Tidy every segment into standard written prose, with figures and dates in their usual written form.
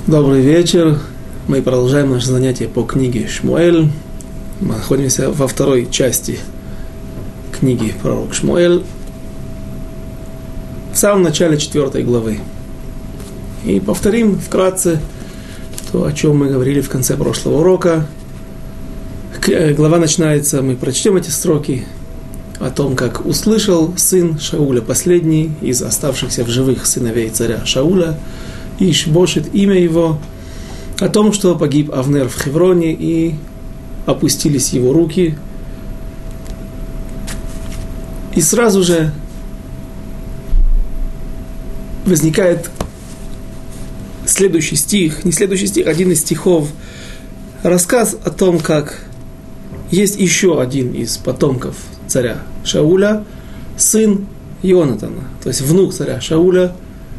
Добрый вечер. Мы продолжаем наше занятие по книге Шмуэль. Мы находимся во второй части книги пророк Шмуэль, в самом начале 4 главы. И повторим вкратце то, о чем мы говорили в конце прошлого урока. Глава начинается, мы прочтем эти строки, о том, как услышал сын Шауля, последний из оставшихся в живых сыновей царя Шауля, Иш-Бошет, имя его, о том, что погиб Авнер в Хевроне, и опустились его руки. И сразу же возникает следующий стих, один из стихов, рассказ о том, как есть еще один из потомков царя Шауля, сын Йонатана, то есть внук царя Шауля.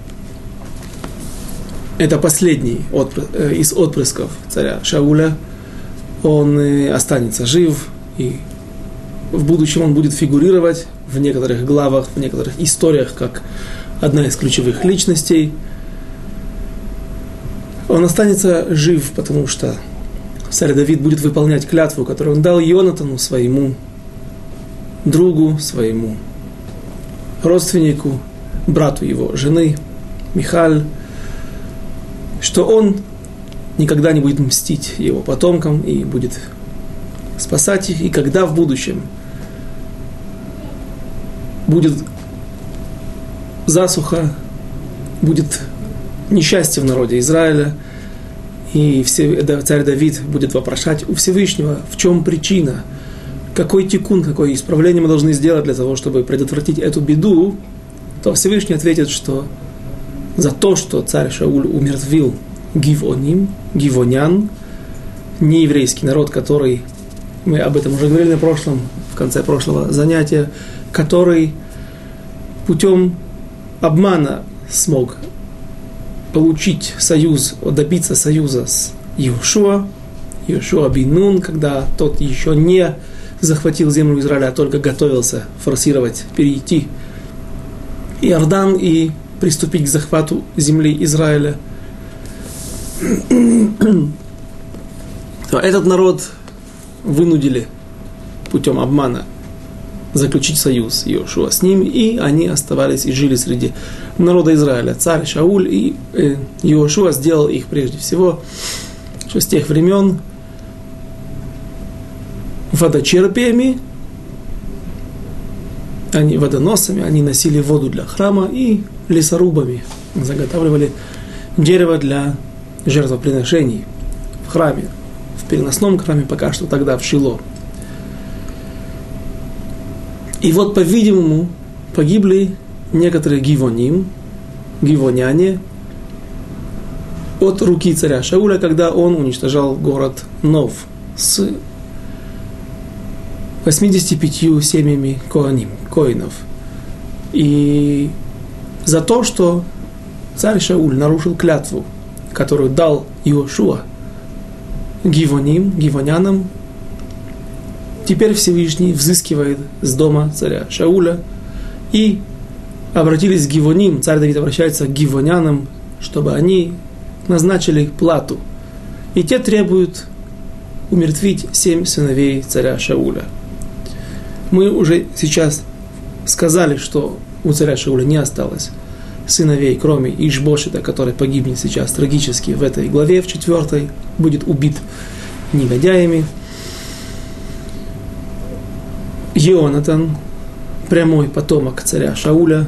Это последний из отпрысков царя Шауля. Он останется жив, и в будущем он будет фигурировать в некоторых главах, в некоторых историях, как одна из ключевых личностей. Он останется жив, потому что царь Давид будет выполнять клятву, которую он дал Йонатану, своему другу, своему родственнику, брату его жены, Михаль, что он никогда не будет мстить его потомкам и будет спасать их. И когда в будущем будет засуха, будет несчастье в народе Израиля, и царь Давид будет вопрошать у Всевышнего, в чем причина, какой тикун, какое исправление мы должны сделать для того, чтобы предотвратить эту беду, то Всевышний ответит, что за то, что царь Шауль умертвил гивонян, нееврейский народ, который, мы об этом уже говорили в конце прошлого занятия, который путем обмана смог получить союз, добиться союза с Йошуа бен Нун, когда тот еще не захватил землю Израиля, а только готовился форсировать, перейти Иордан и приступить к захвату земли Израиля. Этот народ вынудили путем обмана заключить союз Йошуа с ним, и они оставались и жили среди народа Израиля. Царь Шауль и Йошуа сделал их прежде всего, что с тех времен водочерпиями, водоносами, они носили воду для храма, и лесорубами заготавливали дерево для жертвоприношений в храме, в переносном храме, пока что тогда в Шило. И вот, по-видимому, погибли некоторые гивоняне от руки царя Шауля, когда он уничтожал город Нов с 85 семьями коинов. И за то, что царь Шауль нарушил клятву, которую дал Йошуа гивонянам, теперь Всевышний взыскивает с дома царя Шауля, и обратились к гивоним, царь Давид обращается к гивонянам, чтобы они назначили плату. И те требуют умертвить 7 сыновей царя Шауля. Мы уже сейчас сказали, что у царя Шауля не осталось сыновей, кроме Иш-Бошета, который погибнет сейчас трагически в этой главе, в 4, будет убит негодяями. Йонатан, прямой потомок царя Шауля,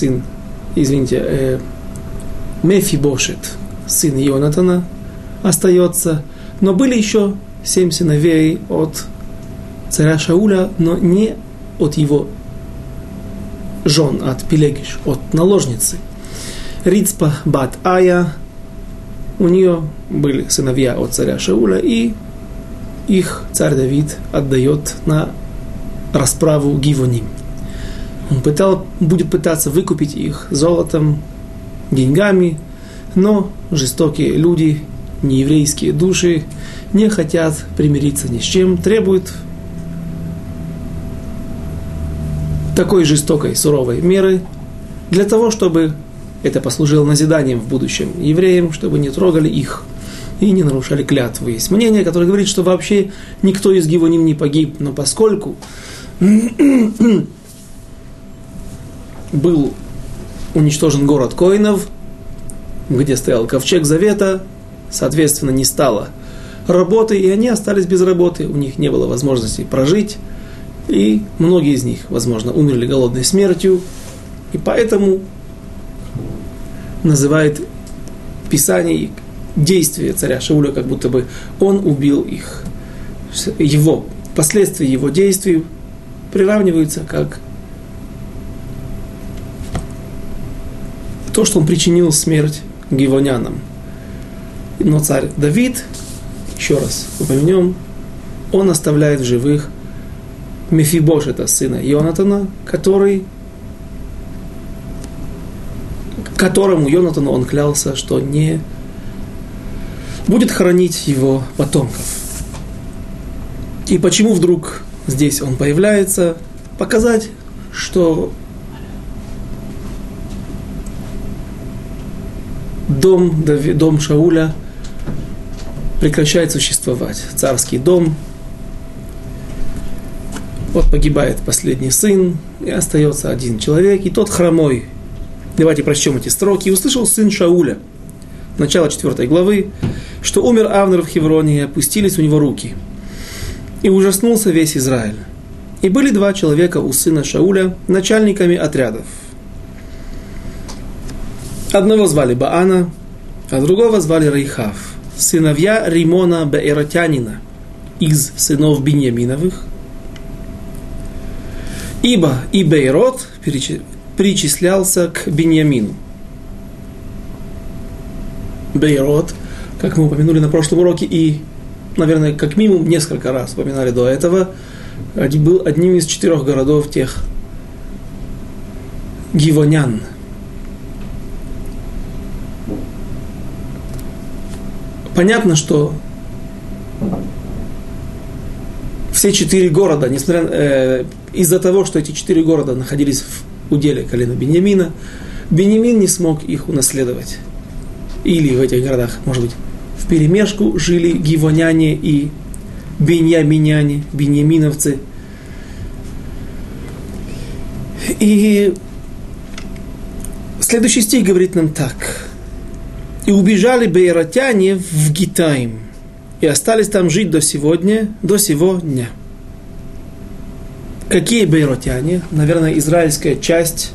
Мефибошет, сын Йонатана, остается. Но были еще 7 сыновей от царя Шауля, но не от его жен, от Пелегиш, от наложницы. Рицпа бат Ая, у нее были сыновья от царя Шауля, и их царь Давид отдает на расправу гивоним. Он будет пытаться выкупить их золотом, деньгами, но жестокие люди, нееврейские души не хотят примириться ни с чем, требуют такой жестокой, суровой меры для того, чтобы это послужило назиданием в будущем евреям, чтобы не трогали их и не нарушали клятву. Есть мнение, которое говорит, что вообще никто из Гивоним не погиб, но поскольку был уничтожен город Коинов, где стоял ковчег завета, соответственно, не стало работы, и они остались без работы, у них не было возможности прожить, и многие из них, возможно, умерли голодной смертью, и поэтому называет Писание действия царя Шауля, как будто бы он убил их. Последствия его действий приравниваются как то, что он причинил смерть гивонянам. Но царь Давид, еще раз упомянем, он оставляет в живых Мефибошета, сына Йонатана, которому Йонатану он клялся, что не будет хоронить его потомков. И почему вдруг здесь он появляется? Показать, что дом Шауля прекращает существовать. Царский дом. Вот погибает последний сын, и остается один человек, и тот хромой. Давайте прочтем эти строки. «И услышал сын Шауля», начало 4 главы, что умер Авнер в Хевроне, и опустились у него руки. И ужаснулся весь Израиль. И были 2 человека у сына Шауля начальниками отрядов. Одного звали Баана, а другого звали Рейхав, сыновья Римона Беэротянина, из сынов Биньяминовых. Ибо и Бейрот причислялся к Биньямину. Бейрот, как мы упомянули на прошлом уроке, и, наверное, как минимум несколько раз упоминали до этого, был одним из 4 городов тех гивонян. Понятно, что все 4 города, несмотря из-за того, что эти 4 города находились в уделе колена Биньямина, Биньямин не смог их унаследовать. Или в этих городах, может быть, вперемешку жили гивоняне и биньяминяне, биньяминовцы. И следующий стих говорит нам так. «И убежали бейротяне в Гитаим, и остались там жить до сего дня». Какие бейротяне? Наверное, израильская часть.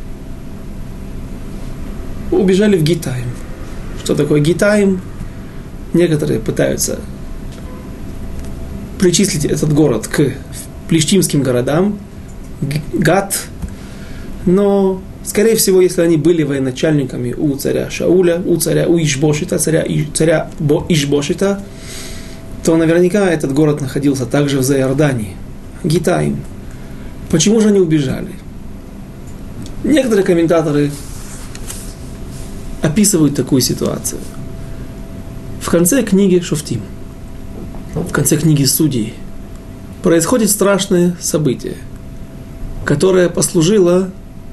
Убежали в Гитаим. Что такое Гитаим? Некоторые пытаются причислить этот город к плештимским городам, Гат, но, скорее всего, если они были военачальниками у царя Шауля, у Ишбошета, царя Ишбошета, то наверняка этот город находился также в Заиордании, Гитаим. Почему же они убежали? Некоторые комментаторы описывают такую ситуацию. В конце книги Шофтим, в конце книги Судей, происходит страшное событие, которое послужило,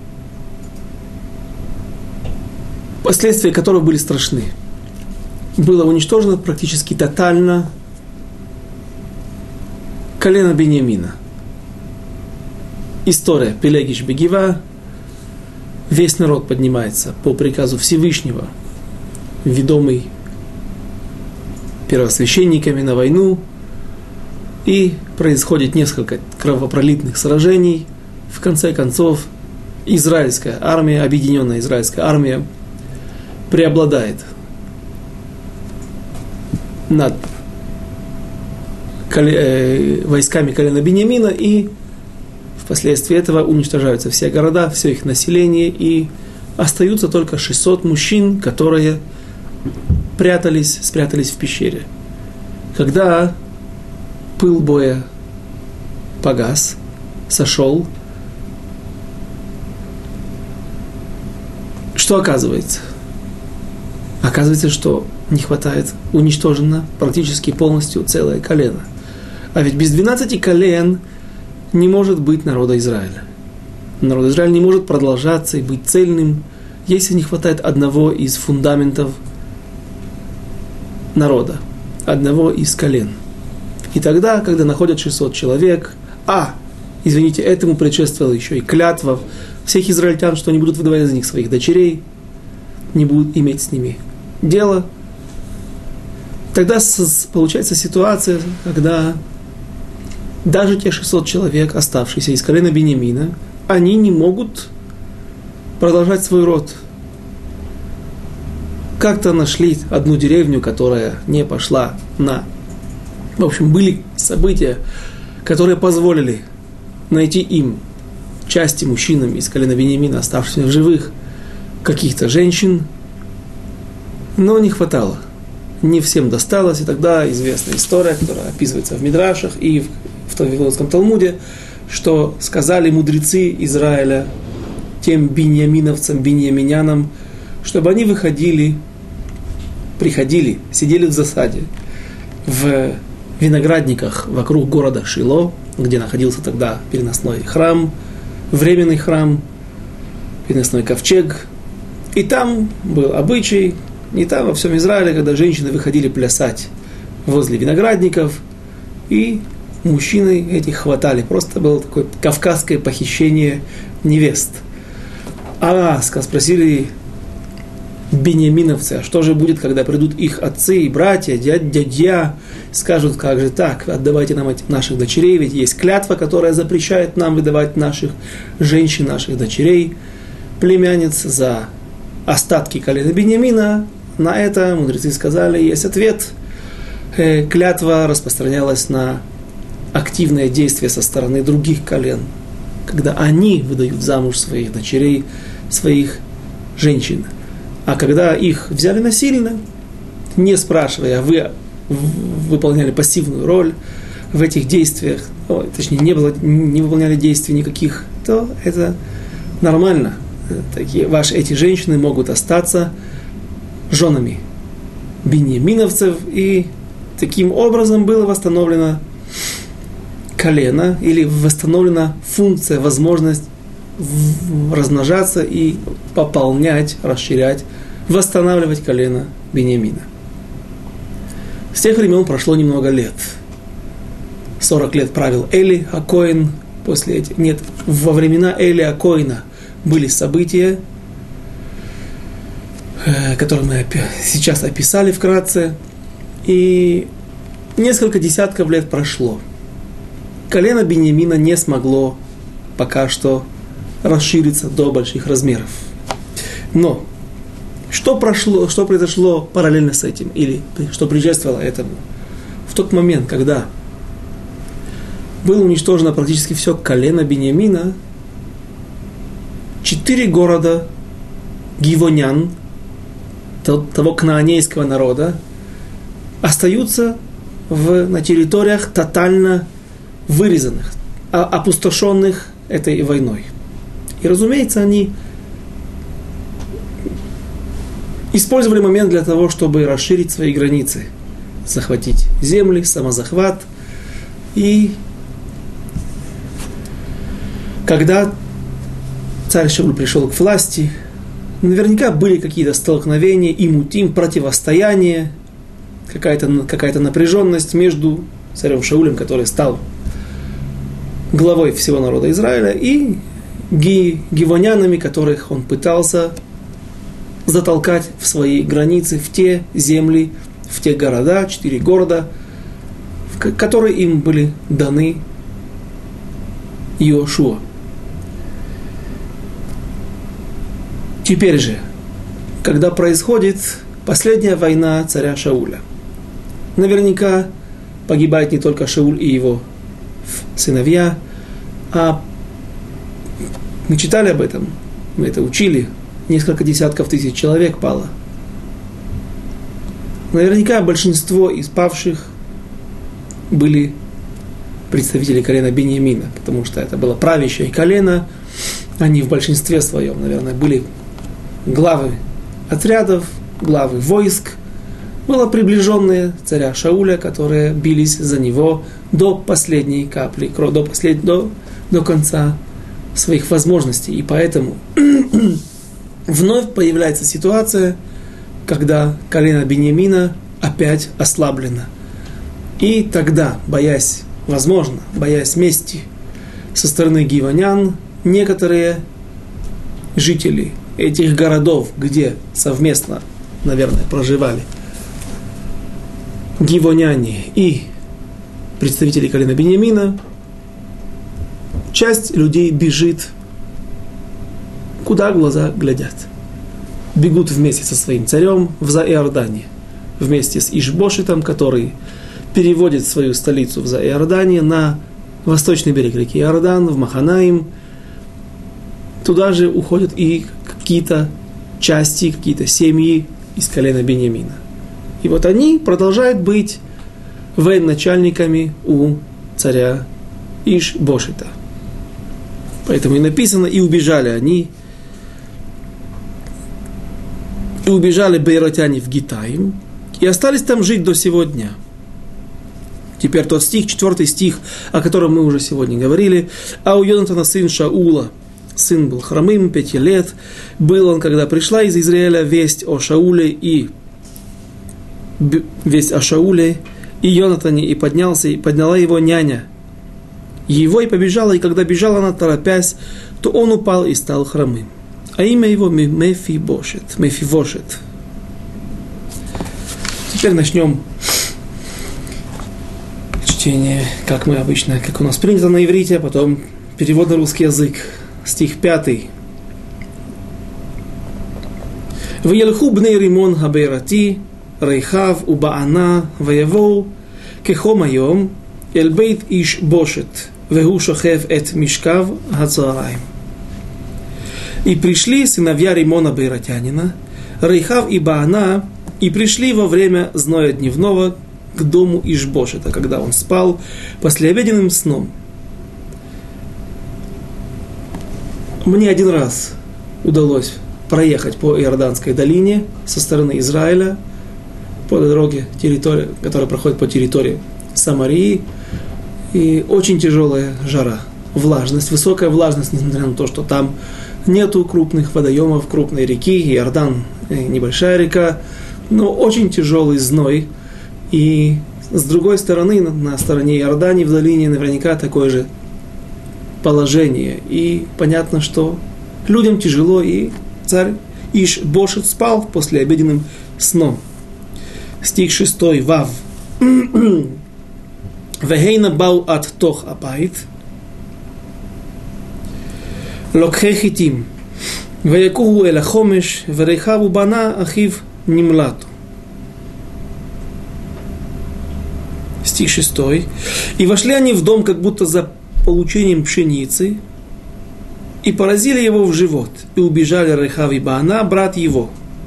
последствия которого были страшны. Было уничтожено практически тотально колено Биньямина. История Пелегиш Бегива. Весь народ поднимается по приказу Всевышнего, ведомый первосвященниками на войну, и происходит несколько кровопролитных сражений. В конце концов, израильская армия, объединенная израильская армия, преобладает над войсками колена Биньямина, и впоследствии этого уничтожаются все города, все их население, и остаются только 600 мужчин, которые спрятались в пещере. Когда пыл боя погас, сошел, что оказывается? Оказывается, что не хватает, уничтожено практически полностью целое колено. А ведь без 12 колен не может быть народа Израиля. Народ Израиля не может продолжаться и быть цельным, если не хватает одного из фундаментов народа, одного из колен. И тогда, когда находят 600 человек, этому предшествовала еще и клятва всех израильтян, что они будут выдавать за них своих дочерей, не будут иметь с ними дело. Тогда получается ситуация, когда даже те 600 человек, оставшиеся из колена Биньямина, они не могут продолжать свой род. Как-то нашли одну деревню, которая не пошла на... В общем, были события, которые позволили найти им части мужчинам из колена Биньямина, оставшихся в живых, каких-то женщин, но не хватало. Не всем досталось, и тогда известная история, которая описывается в Мидрашах и в Вавилонском Талмуде, что сказали мудрецы Израиля тем биньяминовцам, биньяминянам, чтобы они приходили, сидели в засаде в виноградниках вокруг города Шило, где находился тогда переносной храм, временный храм, переносной ковчег. И там был обычай, и там во всем Израиле, когда женщины выходили плясать возле виноградников, и мужчины этих хватали. Просто было такое кавказское похищение невест. Спросили биньяминовцы, а что же будет, когда придут их отцы и братья, дядя, скажут, как же так, отдавайте нам наших дочерей, ведь есть клятва, которая запрещает нам выдавать наших женщин, наших дочерей, племянниц за остатки колена Биньямина. На это мудрецы сказали, есть ответ. Клятва распространялась на активное действие со стороны других колен, когда они выдают замуж своих дочерей, своих женщин. А когда их взяли насильно, не спрашивая, вы выполняли пассивную роль в этих действиях, точнее, не выполняли действий никаких, то это нормально. Эти женщины могут остаться женами биньяминовцев, и таким образом было восстановлено колено, или восстановлена функция, возможность размножаться и пополнять, расширять, восстанавливать колено Биньямина. С тех времен прошло немного лет. 40 лет правил Эли а-Коэн. Во времена Эли а-Коэна были события, которые мы сейчас описали вкратце, и несколько десятков лет прошло. Колено Биньямина не смогло пока что расшириться до больших размеров. Но что произошло параллельно с этим, или что предшествовало этому? В тот момент, когда было уничтожено практически все колено Биньямина, 4 города гивонян, того кнаанейского народа, остаются на территориях тотально вырезанных, опустошенных этой войной. И, разумеется, они использовали момент для того, чтобы расширить свои границы, захватить земли, самозахват. И когда царь Шауль пришел к власти, наверняка были какие-то столкновения, имутим, противостояния, какая-то напряженность между царем Шаулем, который стал главой всего народа Израиля, и гивонянами, которых он пытался затолкать в свои границы, в те земли, в те города, 4 города, которые им были даны Иошуа. Теперь же, когда происходит последняя война царя Шауля, наверняка погибает не только Шауль и его сыновья, а мы читали об этом, мы это учили, несколько десятков тысяч человек пало. Наверняка большинство из павших были представители колена Биньямина, потому что это было правящее колено, они в большинстве своем, наверное, были главы отрядов, главы войск, было приближенные царя Шауля, которые бились за него до последней капли, до конца своих возможностей. И поэтому вновь появляется ситуация, когда колено Биньямина опять ослаблено. И тогда, боясь мести со стороны гиванян, некоторые жители этих городов, где совместно, наверное, проживали гивоняне и представители колена Биньямина, часть людей бежит, куда глаза глядят. Бегут вместе со своим царем в Заиордане, вместе с Иш-Бошетом, который переводит свою столицу в Заиордане на восточный берег реки Иордан, в Маханаим. Туда же уходят и какие-то части, какие-то семьи из колена Биньямина. И вот они продолжают быть военачальниками у царя Иш-Бошета. Поэтому и написано, и убежали они, и убежали бейротяне в Гитаим, и остались там жить до сего дня. Теперь тот стих, 4 стих, о котором мы уже сегодня говорили. А у Йонатана сын Шаула, сын был хромым, 5 лет, был он, когда пришла из Израиля весть о Шауле и Йонатане, и подняла его няня его, и побежала, и когда бежала она, торопясь, то он упал и стал хромым. А имя его Мефивошет. Теперь начнем чтение, как мы обычно, как у нас принято на иврите, а потом перевод на русский язык. Стих 5. «Ваелху бней римон хабейрати, рейхав убаана, ваявоу, кехом айом, эль бейт иш бошет, вегу шохев эт мишкав хацаарайм». И пришли сыновья Римона бейратянина, Рейхав и Баана, и пришли во время зноя дневного к дому Иш-Бошета, когда он спал послеобеденным сном. Мне один раз удалось проехать по Иорданской долине со стороны Израиля, по дороге, которая проходит по территории Самарии, и очень тяжелая жара, влажность, высокая влажность, несмотря на то, что там нету крупных водоемов, крупной реки, Иордан небольшая река, но очень тяжелый зной. И с другой стороны, на стороне Иордании, в долине, наверняка такое же положение. И понятно, что людям тяжело, и царь Иш-Бошет спал после обеденным сном. Стих 6, Вав. «Вехейна бау ат тох абайт, локхей хитим, ваякуху эла хомеш, верейхаву бана ахив нимлату». Стих 6. «И вошли они в дом, как будто за получением пшеницы, и поразили его в живот, и убежали Рейхав и Баана, брат его».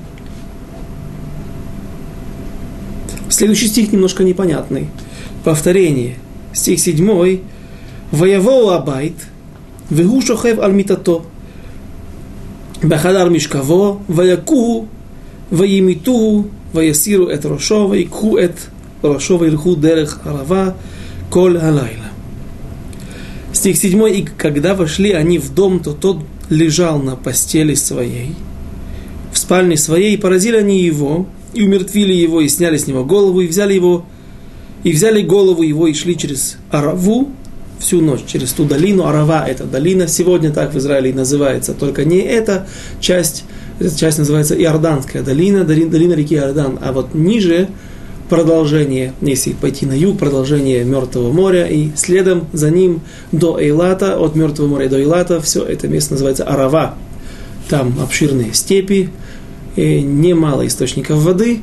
Следующий стих немножко непонятный. Повторение. Стих 7. «Ваявоу абайт, вегу шохев аль митато, бахадар мишкаво, ваякуху, ваимитуху, ваясиру эт рошо, ваикху эт рошо, ваилху дерех арава, коль алайла». Стих 7. «И когда вошли они в дом, то тот лежал на постели своей, в спальне своей, и поразили они его, и умертвили его, и сняли с него голову, и взяли голову его, и шли через Араву всю ночь, через ту долину. Арава – это долина, сегодня так в Израиле называется, только не эта часть называется Иорданская долина, долина реки Иордан, а вот ниже продолжение, если пойти на юг, продолжение Мертвого моря, и следом за ним до Эйлата, от Мертвого моря до Эйлата, все это место называется Арава. Там обширные степи, и немало источников воды,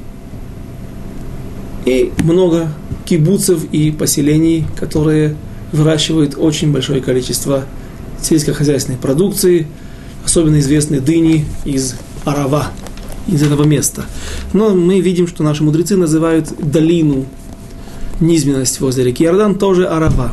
и много кибуцев и поселений, которые выращивают очень большое количество сельскохозяйственной продукции, особенно известны дыни из Арава, из этого места. Но мы видим, что наши мудрецы называют долину, низменность возле реки Иордан, тоже Арава.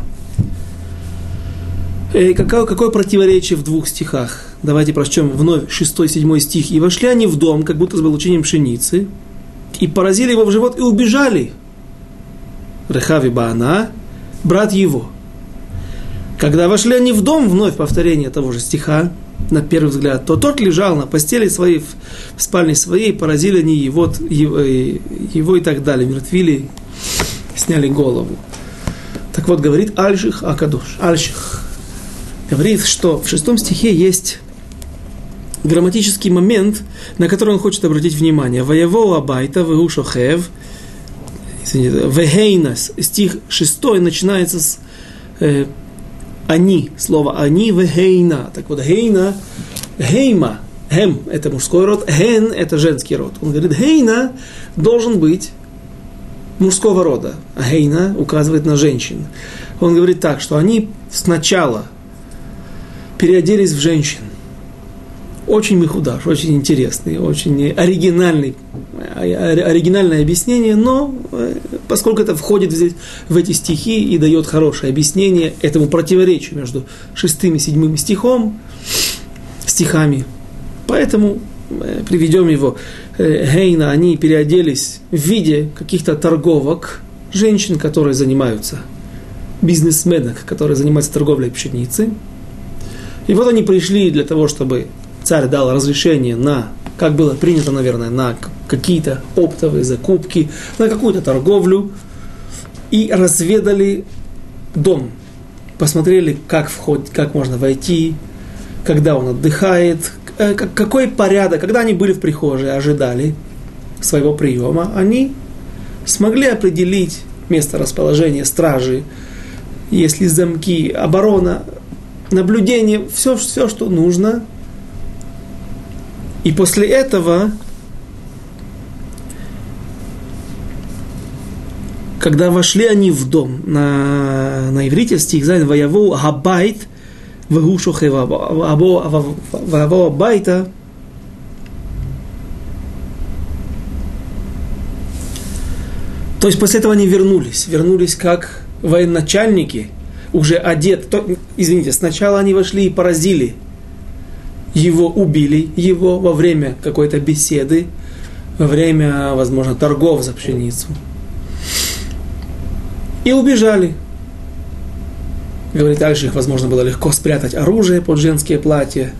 И какое противоречие в двух стихах? Давайте прочтем вновь 6-7 стих. «И вошли они в дом, как будто с получением пшеницы, и поразили его в живот, и убежали. Рехав и Баана, брат его». Когда вошли они в дом, вновь повторение того же стиха, на первый взгляд, то тот лежал на постели своей, в спальне своей, поразили они его и так далее, мертвили, сняли голову. Так вот, говорит Альших Акадош. Альших говорит, что в 6 стихе есть грамматический момент, на который он хочет обратить внимание. Ваявоу абайта вегу шохев. Вегейнас. Стих 6 начинается с они. Слово они вегейна. Так вот, гейна, гейма. Гем – это мужской род, ген – это женский род. Он говорит, гейна должен быть мужского рода, а гейна указывает на женщин. Он говорит так, что они сначала переоделись в женщин. Очень михудаш, очень интересный, очень оригинальное объяснение, но поскольку это входит в эти стихи и дает хорошее объяснение этому противоречию между 6 и 7 стихами, поэтому приведем его. Гейна, они переоделись в виде каких-то торговок, женщин, которые занимаются, бизнесменок, которые занимаются торговлей пшеницы. И вот они пришли для того, чтобы царь дал разрешение на, как было принято, наверное, на какие-то оптовые закупки, на какую-то торговлю, и разведали дом. Посмотрели, как входит, как можно войти, когда он отдыхает, какой порядок. Когда они были в прихожей, ожидали своего приема, они смогли определить место расположения стражи, если замки, оборона, наблюдение, все, что нужно. И после этого, когда вошли они в дом, на иврите стих зайн ваявоу хабайт вегу шохева ваявоу байта. То есть после этого они вернулись как военачальники, уже одеты. Извините, сначала они вошли и поразили его, убили его во время какой-то беседы, во время, возможно, торгов за пшеницу. И убежали. Говорит, дальше их, возможно, было легко спрятать оружие под женские платья.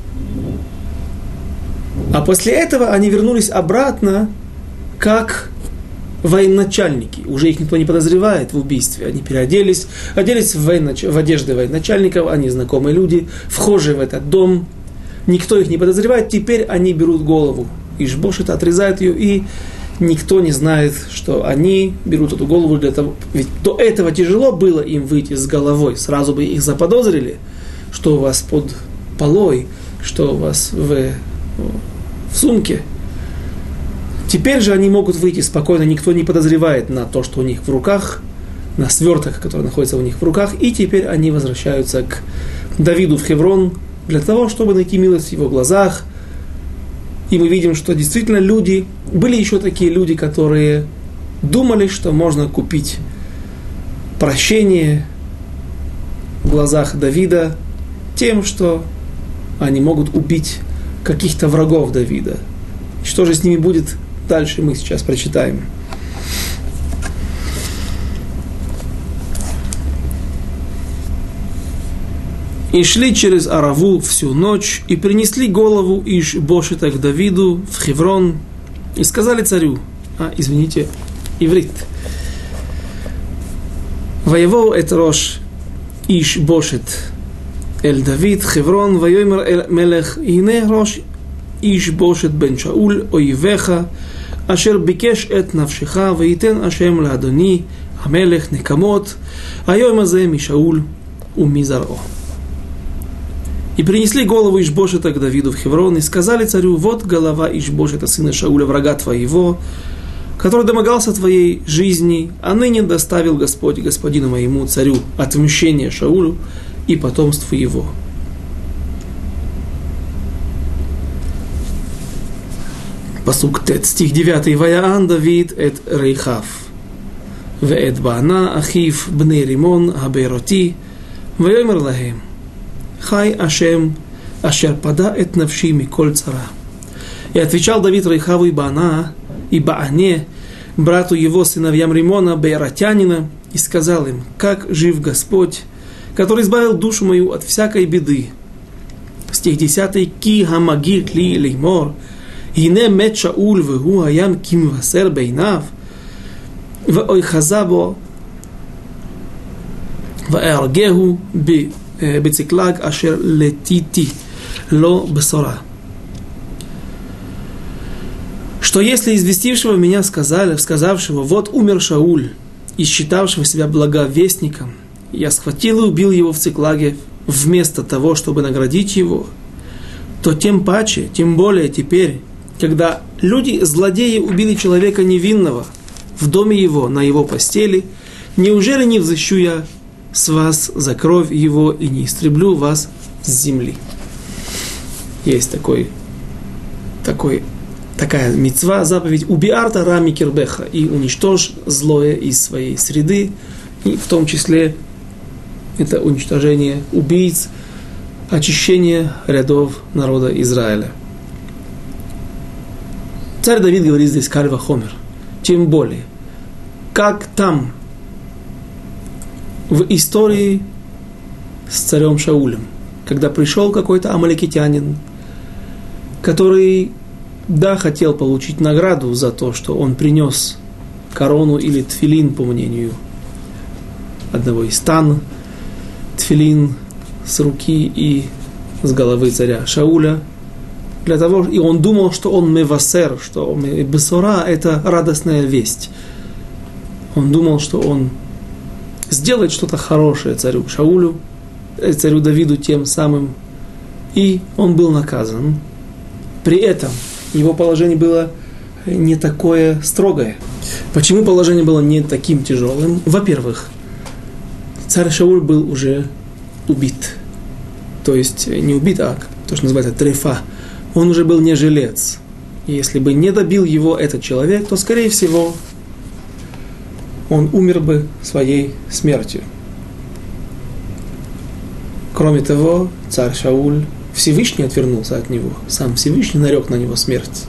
А после этого они вернулись обратно как военачальники. Уже их никто не подозревает в убийстве. Они переоделись, в одежды военачальников, они знакомые люди, вхожие в этот дом. Никто их не подозревает, теперь они берут голову Иш-бошет, отрезают ее, и никто не знает, что они берут эту голову для того. Ведь до этого тяжело было им выйти с головой. Сразу бы их заподозрили, что у вас под полой, что у вас в сумке. Теперь же они могут выйти спокойно, никто не подозревает на то, что у них в руках, на сверток, который находится у них в руках, и теперь они возвращаются к Давиду в Хеврон, для того, чтобы найти милость в его глазах. И мы видим, что действительно были еще такие люди, которые думали, что можно купить прощение в глазах Давида тем, что они могут убить каких-то врагов Давида. Что же с ними будет дальше, мы сейчас прочитаем. И шли через Араву всю ночь, и принесли голову Иш-бошета к Давиду в Хеврон, и сказали царю, иврит. Ваявоу эт рош Иш-бошет эль Давид Хеврон, вайомер эль мелех ине рош Иш-бошет бен Шауль оивеха, אשר ביקש את נפשך וייתן השם לאדוני המלך נקמות היום הזה משאול ומזרעו. И принесли голову Иш-бошета к Давиду в Хеврон, и сказали царю, вот голова Иш-бошета, сына Шауля, врага твоего, который домогался твоей жизни, а ныне доставил Господь господину моему царю отмщение Шаулю и потомству его. Пасук Тет, стих 9. Ваяан Давид эт Рейхав, веэт Баана Ахив бней Римон Абейроти, ваёмер лахем, Хай Ашем Ашер Пада эт Навши Миколь Цара. И отвечал Давид Рейхаву и Баане, брату его сыновьям Римона, Бейротянина, и сказал им, как жив Господь, который избавил душу мою от всякой беды. Стих 10. Ки хамагит ли леймор, ине мет Шауль вегу аям ким васер бейнав, вой хазабо, ваэргеху бециклаг ашер летити ло бесора. Что если известившего меня сказавшего, вот умер Шауль, и считавшего себя благовестником, я схватил и убил его в Циклаге, вместо того, чтобы наградить его, то тем паче, тем более теперь, когда люди, злодеи, убили человека невинного в доме его, на его постели, неужели не взыщу я с вас за кровь его и не истреблю вас с земли? Есть такая мицва, заповедь «Убиарта рами кирбеха» и уничтожь злое из своей среды, и в том числе это уничтожение убийц, очищение рядов народа Израиля. Царь Давид говорит здесь «Каль вахомер», тем более, как там в истории с царем Шаулем, когда пришел какой-то амалекитянин, который хотел получить награду за то, что он принес корону или тфилин, по мнению одного из тан, тфилин с руки и с головы царя Шауля, и он думал, что он мевасер, что бесора – это радостная весть. Он думал, что он сделает что-то хорошее царю Шаулю, царю Давиду тем самым, и он был наказан. При этом его положение было не такое строгое. Почему положение было не таким тяжелым? Во-первых, царь Шауль был уже убит. То есть не убит, а то, что называется трефа. Он уже был не жилец. И если бы не добил его этот человек, то, скорее всего, он умер бы своей смертью. Кроме того, царь Шауль, Всевышний отвернулся от него. Сам Всевышний нарек на него смерть.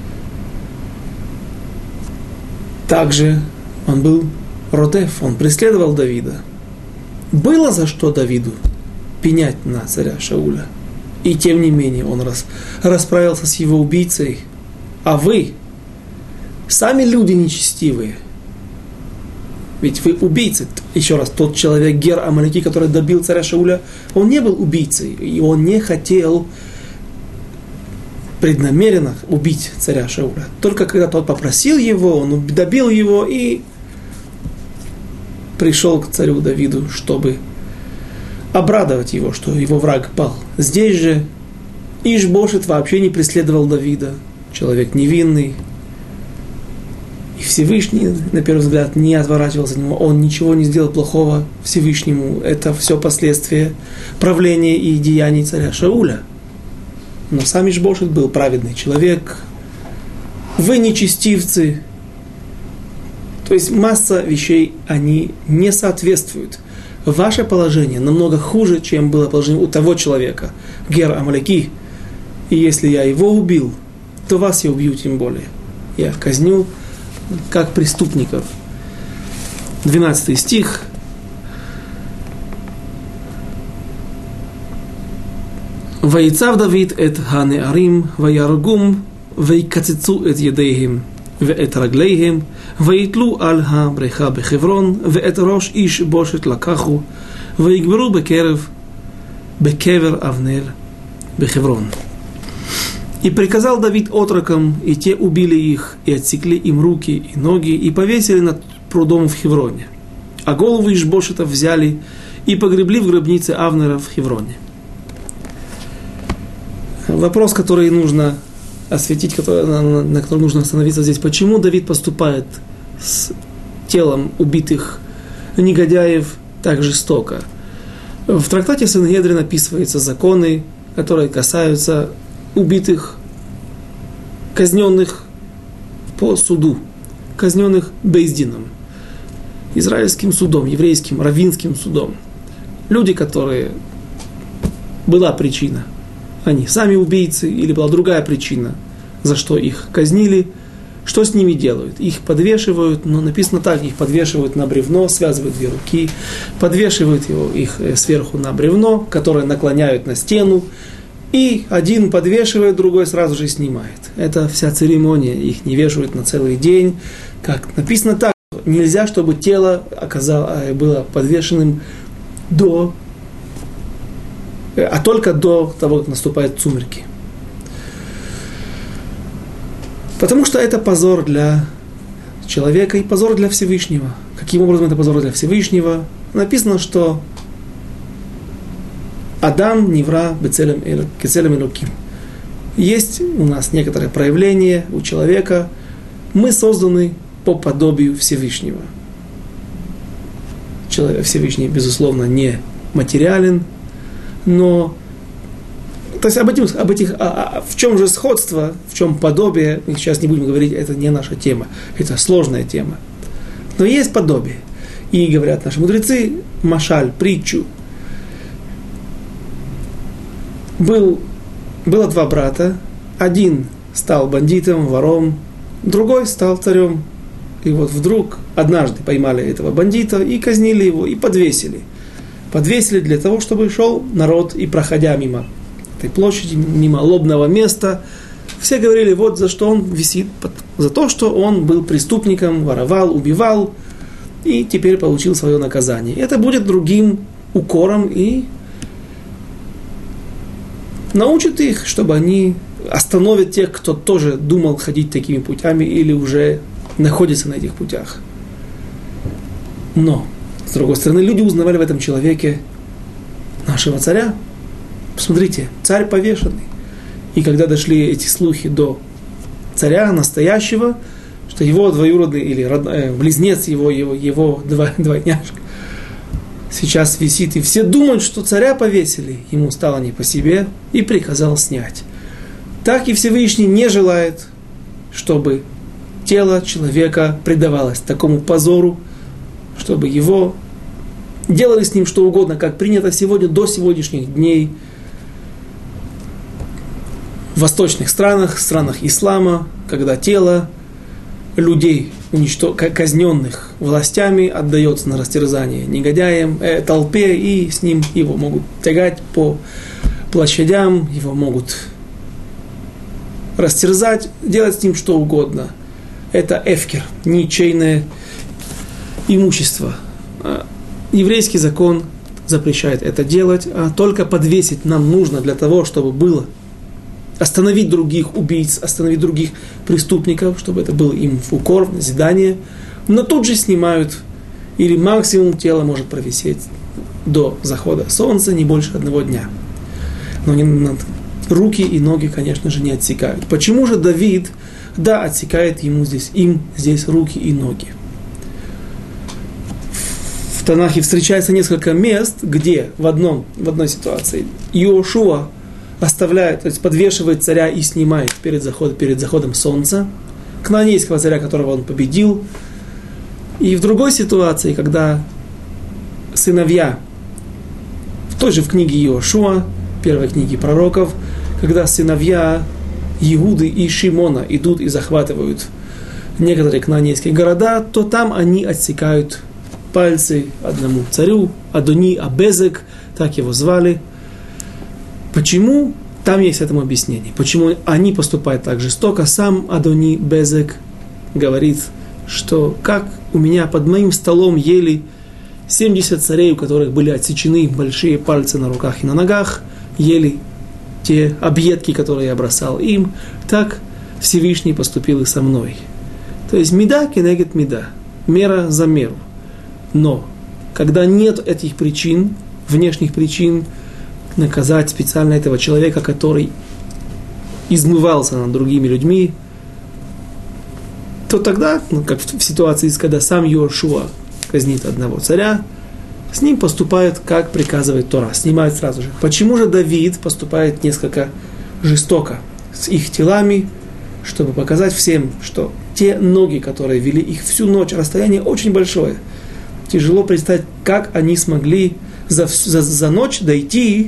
Также он был родеф, он преследовал Давида. Было за что Давиду пенять на царя Шауля. И тем не менее он расправился с его убийцей. А вы, сами люди нечестивые, ведь вы убийцы. Еще раз, тот человек, Гер Амалеки, который добил царя Шауля, он не был убийцей, и он не хотел преднамеренно убить царя Шауля. Только когда тот попросил его, он добил его и пришел к царю Давиду, чтобы обрадовать его, что его враг пал. Здесь же Иш-Бошет вообще не преследовал Давида, человек невинный. И Всевышний, на первый взгляд, не отворачивался от него. Он ничего не сделал плохого Всевышнему. Это все последствия правления и деяний царя Шауля. Но сам Иш-Бошет был праведный человек. Вы нечестивцы. То есть масса вещей, они не соответствуют. Ваше положение намного хуже, чем было положение у того человека, Гер Амалеки. И если я его убил, то вас я убью тем более. Я казню как преступников. 12 стих. «Ваицав Давид эт ханеарим, ваяргум, ваикацицу эт едейхим, ואת רגליהם, ויתלו על הבריכה בחברון, ואת ראש איש בושת לקחו, ויגברו בקבר אבנר בחברון. И приказал Давид отрокам, и те убили их, и отсекли им руки и ноги, и повесили над прудом в Хевроне. А голову Иш-Бошета взяли и погребли в гробнице Авнера в Хевроне». Вопрос, который нужно осветить, на котором нужно остановиться здесь. Почему Давид поступает с телом убитых негодяев так жестоко? В трактате Сангедрин описываются законы, которые касаются убитых, казненных по суду, казненных бейздином, израильским судом, еврейским, раввинским судом. Люди, которые была причина, они сами убийцы, или была другая причина, за что их казнили, что с ними делают? Их подвешивают, но написано так, их подвешивают на бревно, связывают две руки, подвешивают их сверху на бревно, которое наклоняют на стену, И один подвешивает, другой сразу же снимает. Это вся церемония. Их не вешают на целый день. Как написано так, нельзя, чтобы тело было подвешенным только до того, как наступают сумерки. Потому что это позор для человека и позор для Всевышнего. Каким образом это позор для Всевышнего? Написано, что Адам невра кецелем элоким. Есть у нас некоторое проявление у человека. Мы созданы по подобию Всевышнего. Человек Всевышний, безусловно, не материален, но то есть в чем же сходство, в чем подобие, мы сейчас не будем говорить, это не наша тема, это сложная тема. Но есть подобие. И говорят наши мудрецы, машаль, притчу. Было два брата, один стал бандитом, вором, другой стал царем. И вот вдруг однажды поймали этого бандита и казнили его, и подвесили. Подвесили для того, чтобы шел народ, и проходя мимо этой площади, мимо лобного места, все говорили, вот за что он висит, за то, что он был преступником, воровал, убивал, и теперь получил свое наказание. Это будет другим укором и научит их, чтобы они остановят тех, кто тоже думал ходить такими путями или уже находится на этих путях. Но, с другой стороны, люди узнавали в этом человеке нашего царя. Посмотрите, царь повешенный. И когда дошли эти слухи до царя настоящего, что его двоюродный или близнец его двойняшка сейчас висит, и все думают, что царя повесили, ему стало не по себе, и приказал снять. Так и Всевышний не желает, чтобы тело человека предавалось такому позору, чтобы его делали с ним что угодно, как принято сегодня, до сегодняшних дней в восточных странах ислама, когда тело людей, казненных властями, отдается на растерзание негодяям, толпе, и с ним его могут тягать по площадям, его могут растерзать, делать с ним что угодно. Это эфкер, ничейное имущество. Еврейский закон запрещает это делать, а только подвесить нам нужно для того, чтобы было остановить других убийц, остановить других преступников, чтобы это было им в укор, в назидание. Но тут же снимают, или максимум тело может провисеть до захода солнца, не больше 1 дня. Но руки и ноги, конечно же, не отсекают. Почему же Давид, отсекает им здесь руки и ноги? В Танахе встречается несколько мест, где в одной ситуации Иошуа оставляет, то есть подвешивает царя и снимает перед заходом солнца, кнаанейского царя, которого он победил. И в другой ситуации, когда сыновья, в книге Иошуа, первой книге пророков, когда сыновья Иуды и Шимона идут и захватывают некоторые кнаанейские города, то там они отсекают пальцы одному царю, Адони Абезек, так его звали. Почему? Там есть этому объяснение. Почему они поступают так жестоко? Сам Адони Безек говорит, что как у меня под моим столом ели 70 царей, у которых были отсечены большие пальцы на руках и на ногах, ели те объедки, которые я бросал им, так Всевышний поступил и со мной. То есть мида кенегет мида, мера за меру. Но когда нет этих причин, внешних причин, наказать специально этого человека, который измывался над другими людьми, то тогда, как в ситуации, когда сам Йошуа казнит одного царя, с ним поступают, как приказывает Тора, снимают сразу же. Почему же Давид поступает несколько жестоко с их телами, чтобы показать всем, что те ноги, которые вели их всю ночь, расстояние очень большое. Тяжело представить, как они смогли за ночь дойти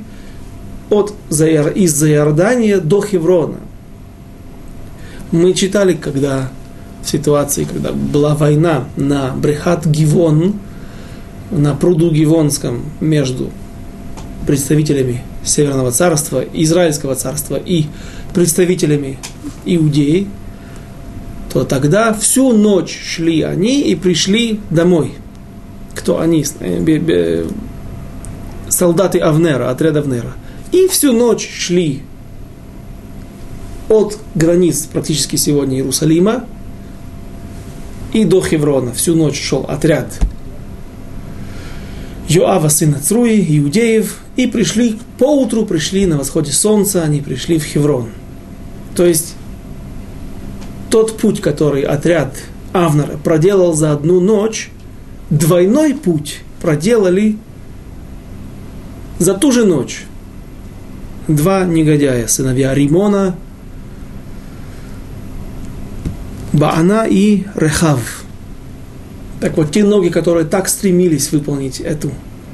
из Иордания до Хеврона. Мы читали, когда в ситуации, когда была война на Брехат Гивон, на пруду Гивонском между представителями Северного царства, Израильского царства и представителями Иудеи, то тогда всю ночь шли они и пришли домой. Кто они? Солдаты Авнера, отряд Авнера. И всю ночь шли от границ практически сегодня Иерусалима и до Хеврона. Всю ночь шел отряд Йоава, сына Цруи, иудеев, и пришли, поутру пришли на восходе солнца, они пришли в Хеврон. То есть, тот путь, который отряд Авнера проделал за одну ночь, двойной путь проделали за ту же ночь два негодяя, сыновья Римона, Баана и Рехав. Так вот, те ноги, которые так стремились выполнить это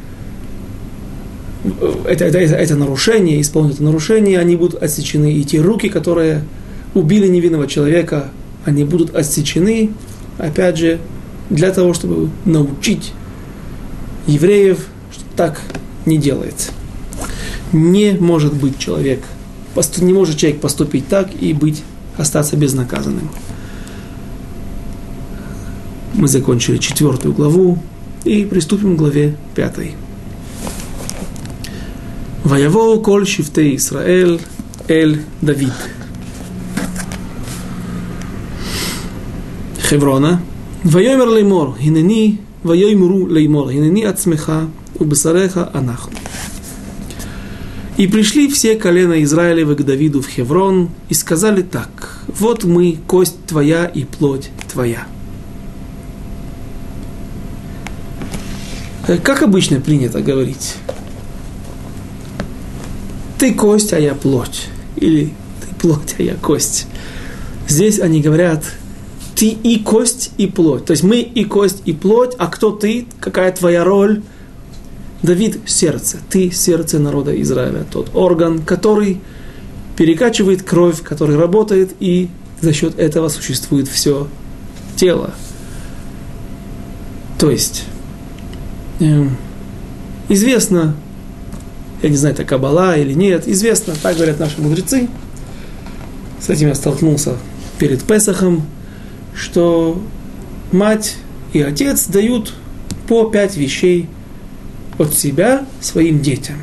нарушение, исполнить это нарушение, они будут отсечены. И те руки, которые убили невинного человека, они будут отсечены, опять же, для того, чтобы научить евреев, что так не делается. Не может человек поступить так и остаться безнаказанным. Мы закончили 4 главу и приступим к главе 5. Ваявоу коль шифтей Исраэль эль Давид. Хеврона. Вайомер леймор, хинени, вайомру леймор, хинени ацмеха, убесареха анахну. И пришли все колена Израилевы к Давиду в Хеврон и сказали так: вот мы, кость твоя и плоть твоя. Как обычно принято говорить: ты кость, а я плоть. Или ты плоть, а я кость. Здесь они говорят: ты и кость, и плоть. То есть мы и кость, и плоть, а кто ты? Какая твоя роль? Давид – сердце. Ты – сердце народа Израиля. Тот орган, который перекачивает кровь, который работает, и за счет этого существует все тело. То есть известно, я не знаю, это Каббала или нет, известно, так говорят наши мудрецы, с этим я столкнулся перед Песахом, что мать и отец дают по 5 вещей от себя своим детям.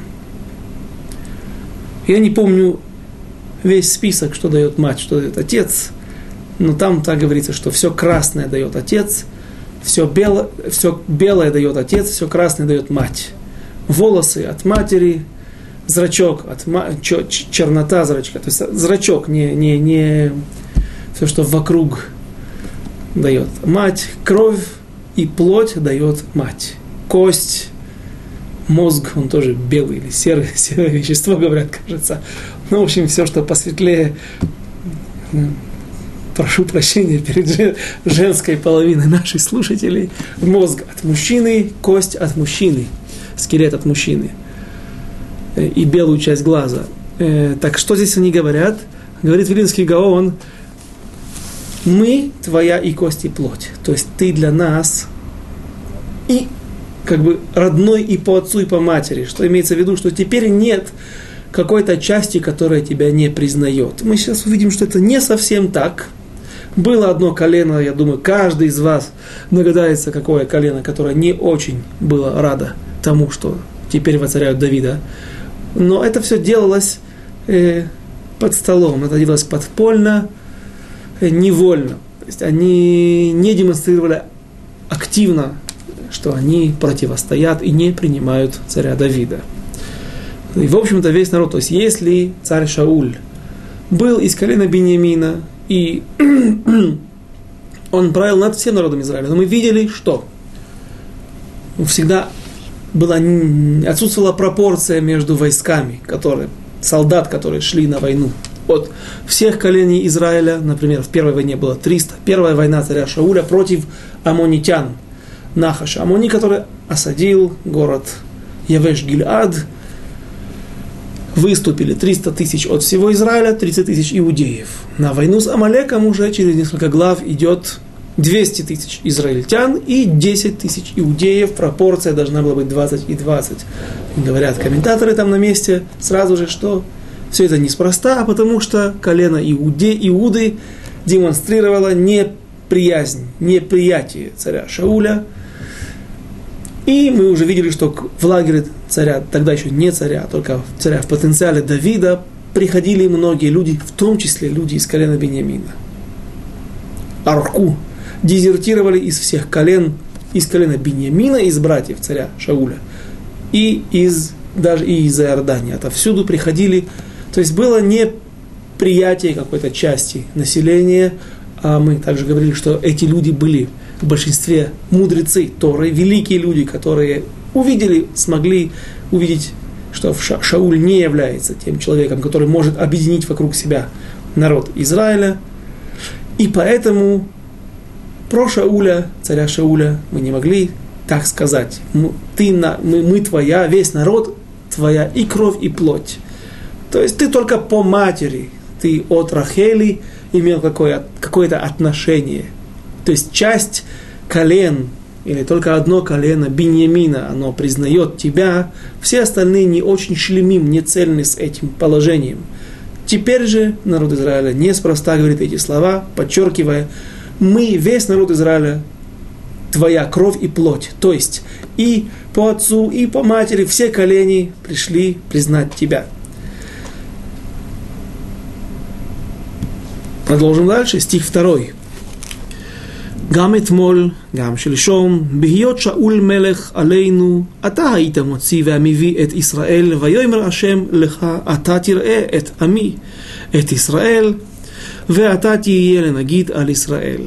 Я не помню весь список, что дает мать, что дает отец, но там так говорится, что все красное дает отец, все белое дает отец, все красное дает мать. Волосы от матери, зрачок от чернота зрачка, то есть зрачок, не все, что вокруг дает мать, кровь и плоть дает мать, кость, мозг, он тоже белый или серое вещество, говорят, кажется. Ну, в общем, все, что посветлее, прошу прощения перед женской половиной наших слушателей, мозг от мужчины, кость от мужчины, скелет от мужчины и белую часть глаза. Так что здесь они говорят? Говорит Вилинский Гаон: мы твоя и кость, и плоть. То есть ты для нас и как бы родной и по отцу, и по матери. Что имеется в виду, что теперь нет какой-то части, которая тебя не признает. Мы сейчас увидим, что это не совсем так. Было одно колено, я думаю, каждый из вас догадается, какое колено, которое не очень было радо тому, что теперь воцаряют Давида. Но это все делалось под столом, это делалось подпольно, невольно. То есть они не демонстрировали активно, что они противостоят и не принимают царя Давида. И, в общем-то, весь народ, то есть, если царь Шауль был из колена Биньямина, и он правил над всем народом Израиля, но мы видели, что всегда отсутствовала пропорция между войсками, солдат, которые шли на войну. От всех коленей Израиля, например, в первой войне было 300, первая война царя Шауля против аммонитян, Нахаша, Амони, который осадил город Явеш-Гильад, выступили 300 тысяч от всего Израиля, 30 тысяч иудеев. На войну с Амалеком уже через несколько глав идет 200 тысяч израильтян и 10 тысяч иудеев. Пропорция должна была быть 20 и 20. Говорят комментаторы там на месте сразу же, что все это неспроста, а потому что колено Иуды демонстрировало неприязнь, неприятие царя Шауля. И мы уже видели, что в лагере царя, тогда еще не царя, а только царя в потенциале Давида, приходили многие люди, в том числе люди из колена Биньямина. Арку дезертировали из всех колен, из колена Биньямина, из братьев царя Шауля, и даже из Иордании. Отовсюду приходили, то есть было неприятие какой-то части населения, а мы также говорили, что эти люди были в большинстве мудрецы Торы, великие люди, которые смогли увидеть, что Шауль не является тем человеком, который может объединить вокруг себя народ Израиля. И поэтому про Шауля, царя Шауля, мы не могли так сказать. Мы твоя, весь народ твоя, и кровь, и плоть. То есть ты только по матери, ты от Рахели имел какое-то отношение. То есть часть колен, или только одно колено Биньямина, оно признает тебя, все остальные не очень шлемим, не цельны с этим положением. Теперь же народ Израиля неспроста говорит эти слова, подчеркивая, мы, весь народ Израиля, твоя кровь и плоть. То есть и по отцу, и по матери все колени пришли признать тебя. Продолжим дальше, стих 2. גם אתמול, גם שלשום, בהיות שאול מלך עלינו, אתה היית מוציא והמביא את ישראל, ויאמר השם לך, אתה תראה את עמי, את ישראל, ואתה תהיה לנגיד על ישראל.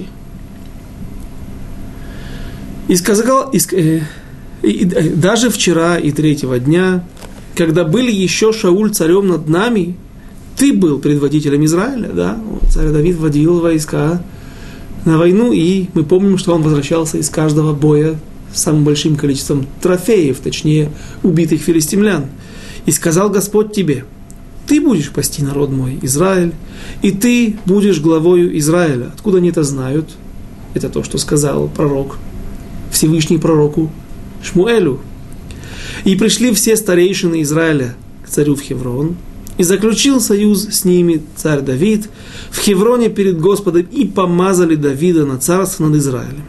И сказал, даже вчера и третьего дня, когда были еще Шауль царем над нами, ты был предводителем Израиля, да? Царь Давид водил войска на войну, и мы помним, что он возвращался из каждого боя с самым большим количеством трофеев, точнее, убитых филистимлян. И сказал Господь тебе, ты будешь пасти народ мой, Израиль, и ты будешь главою Израиля. Откуда они это знают? Это то, что сказал пророк, Всевышний пророку Шмуэлю. И пришли все старейшины Израиля к царю в Хеврон, и заключил союз с ними царь Давид в Хевроне перед Господом, и помазали Давида на царство над Израилем.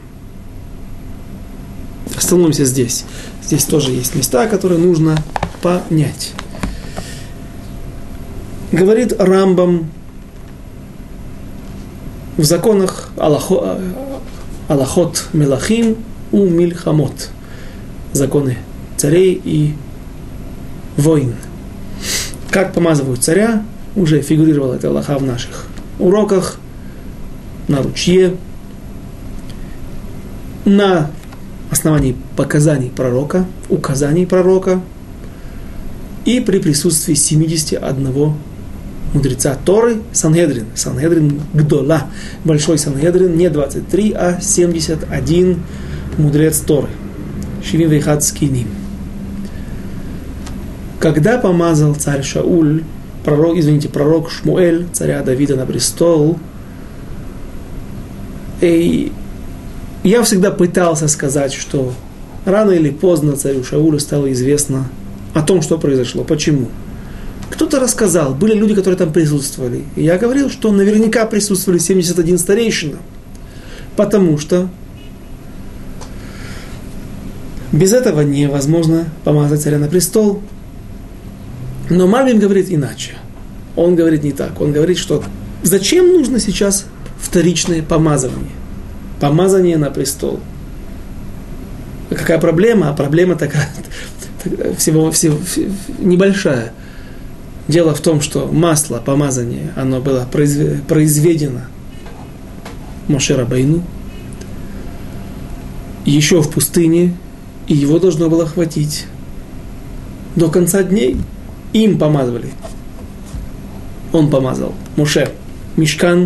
Остановимся здесь. Здесь тоже есть места, которые нужно понять. Говорит Рамбам в законах Алахот Мелахим у Мильхамот. Законы царей и войн. Как помазывают царя, уже фигурировала эта алаха в наших уроках, на ручье, на основании показаний пророка, указаний пророка, и при присутствии 71 мудреца Торы, Сангедрин Гдола, большой Сангедрин, не 23, а 71 мудрец Торы, Шивим Вейхат Скиним. Когда помазал царь Шауль, пророк Шмуэль, царя Давида на престол, и я всегда пытался сказать, что рано или поздно царю Шаулю стало известно о том, что произошло. Почему? Кто-то рассказал, были люди, которые там присутствовали. И я говорил, что наверняка присутствовали 71 старейшина, потому что без этого невозможно помазать царя на престол. Но Мальбим говорит иначе. Он говорит не так. Он говорит, что зачем нужно сейчас вторичное помазывание? Помазание на престол. Какая проблема? А проблема такая, всего небольшая. Дело в том, что масло, помазание, оно было произведено Моше Рабейну еще в пустыне, и его должно было хватить до конца дней. Им помазывали. Он помазал. Моше, Мишкан,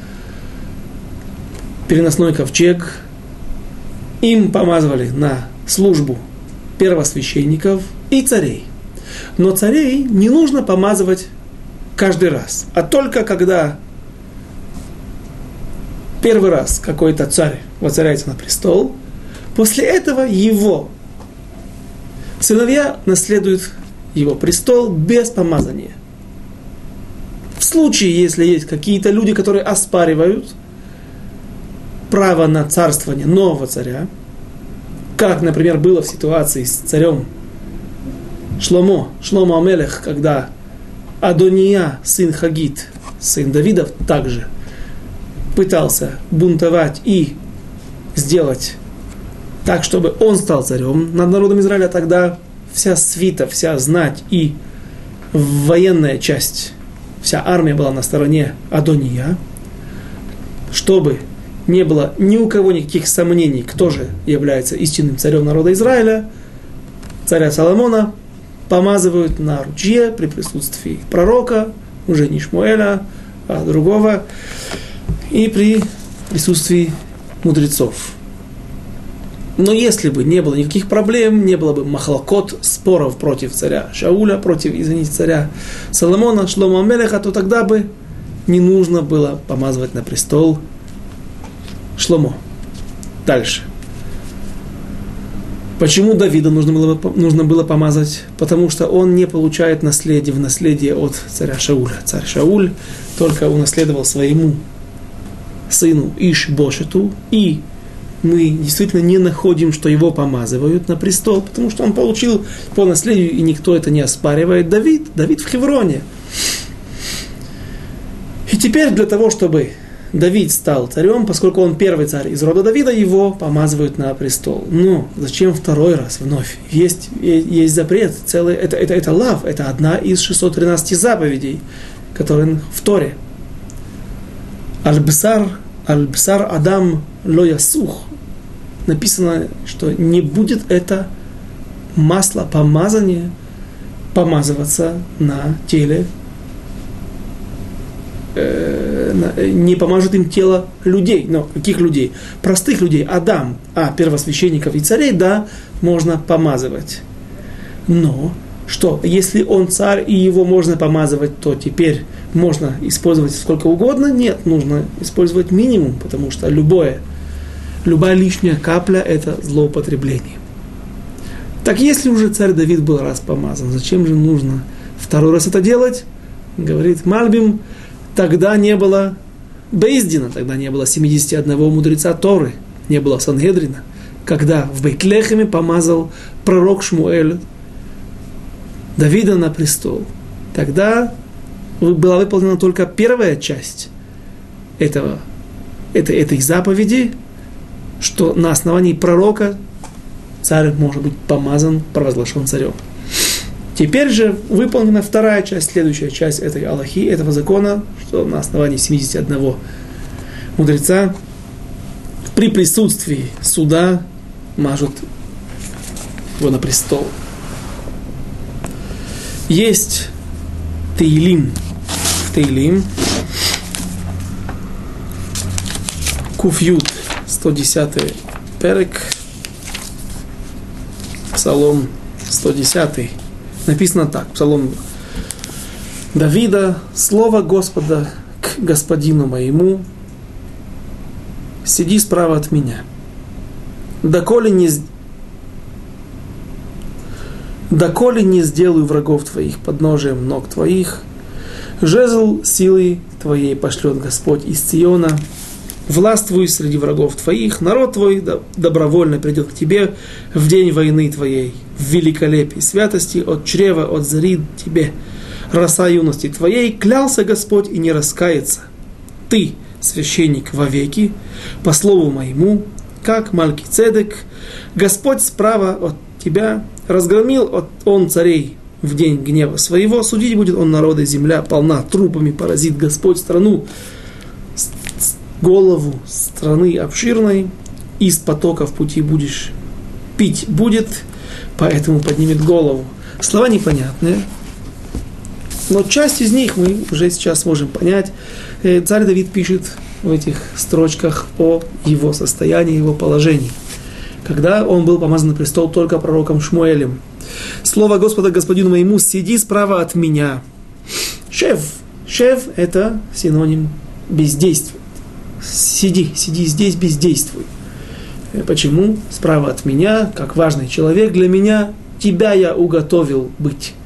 переносной ковчег. Им помазывали на службу первосвященников и царей. Но царей не нужно помазывать каждый раз, а только когда первый раз какой-то царь воцаряется на престол, после этого его сыновья наследуют его престол без помазания. В случае, если есть какие-то люди, которые оспаривают право на царствование нового царя, как, например, было в ситуации с царем Шломо Амелех, когда Адония, сын Хагит, сын Давидов, также пытался бунтовать и сделать так, чтобы он стал царем над народом Израиля, тогда вся свита, вся знать и военная часть, вся армия была на стороне Адония, чтобы не было ни у кого никаких сомнений, кто же является истинным царем народа Израиля. Царя Соломона помазывают на ручье при присутствии пророка, уже не Шмуэля, а другого, и при присутствии мудрецов. Но если бы не было никаких проблем, не было бы махлокот, споров против царя Шауля, против, царя Соломона, Шломо Амелеха, то тогда бы не нужно было помазывать на престол Шломо. Дальше. Почему Давида нужно было помазать? Потому что он не получает в наследие от царя Шауля. Царь Шауль только унаследовал своему сыну Иш-Бошету, и мы действительно не находим, что его помазывают на престол, потому что он получил по наследию, и никто это не оспаривает. Давид в Хевроне. И теперь для того, чтобы Давид стал царем, поскольку он первый царь из рода Давида, его помазывают на престол. Но зачем второй раз вновь? Есть запрет, целый, это лав, это одна из 613 заповедей, которые в Торе. Аль-Бсар Адам ло ясух. Написано, что не будет это масло, помазание, помазываться на теле, не помажет им тело людей. Но каких людей? Простых людей. Адам, первосвященников и царей, да, можно помазывать. Но, что, если он царь и его можно помазывать, то теперь можно использовать сколько угодно? Нет, нужно использовать минимум, потому что любая лишняя капля – это злоупотребление. Так если уже царь Давид был раз помазан, зачем же нужно второй раз это делать? Говорит Мальбим, тогда не было Бейздина, тогда не было 71 мудреца Торы, не было Сангедрина, когда в Бейтлехеме помазал пророк Шмуэль Давида на престол. Тогда была выполнена только первая часть этой заповеди, что на основании пророка царь может быть помазан, провозглашен царем. Теперь же выполнена вторая часть, следующая часть этой алахи, этого закона, что на основании 71 мудреца при присутствии суда мажут его на престол. Есть Теилим, Куфьют, 110 перек, Псалом 110. Написано так, Псалом Давида: «Слово Господа к господину моему, сиди справа от меня, доколе не сделаю врагов твоих подножием ног твоих, жезл силы твоей пошлет Господь из Сиона, властвуй среди врагов твоих, народ твой добровольно придет к тебе в день войны твоей, в великолепии святости, от чрева, от зари тебе, роса юности твоей, клялся Господь и не раскается. Ты, священник вовеки, по слову моему, как Малкицедек, Господь справа от тебя, разгромил он царей в день гнева своего, судить будет он народы, земля полна трупами, поразит Господь страну, голову страны обширной, из потоков пути будешь пить будет, поэтому поднимет голову». Слова непонятные, но часть из них мы уже сейчас можем понять. Царь Давид пишет в этих строчках о его состоянии, его положении, когда он был помазан на престол только пророком Шмуэлем. «Слово Господа господину моему, сиди справа от меня». Шев – это синоним бездействия. сиди здесь, бездействуй. Почему? Справа от меня, как важный человек для меня, тебе я уготовил быть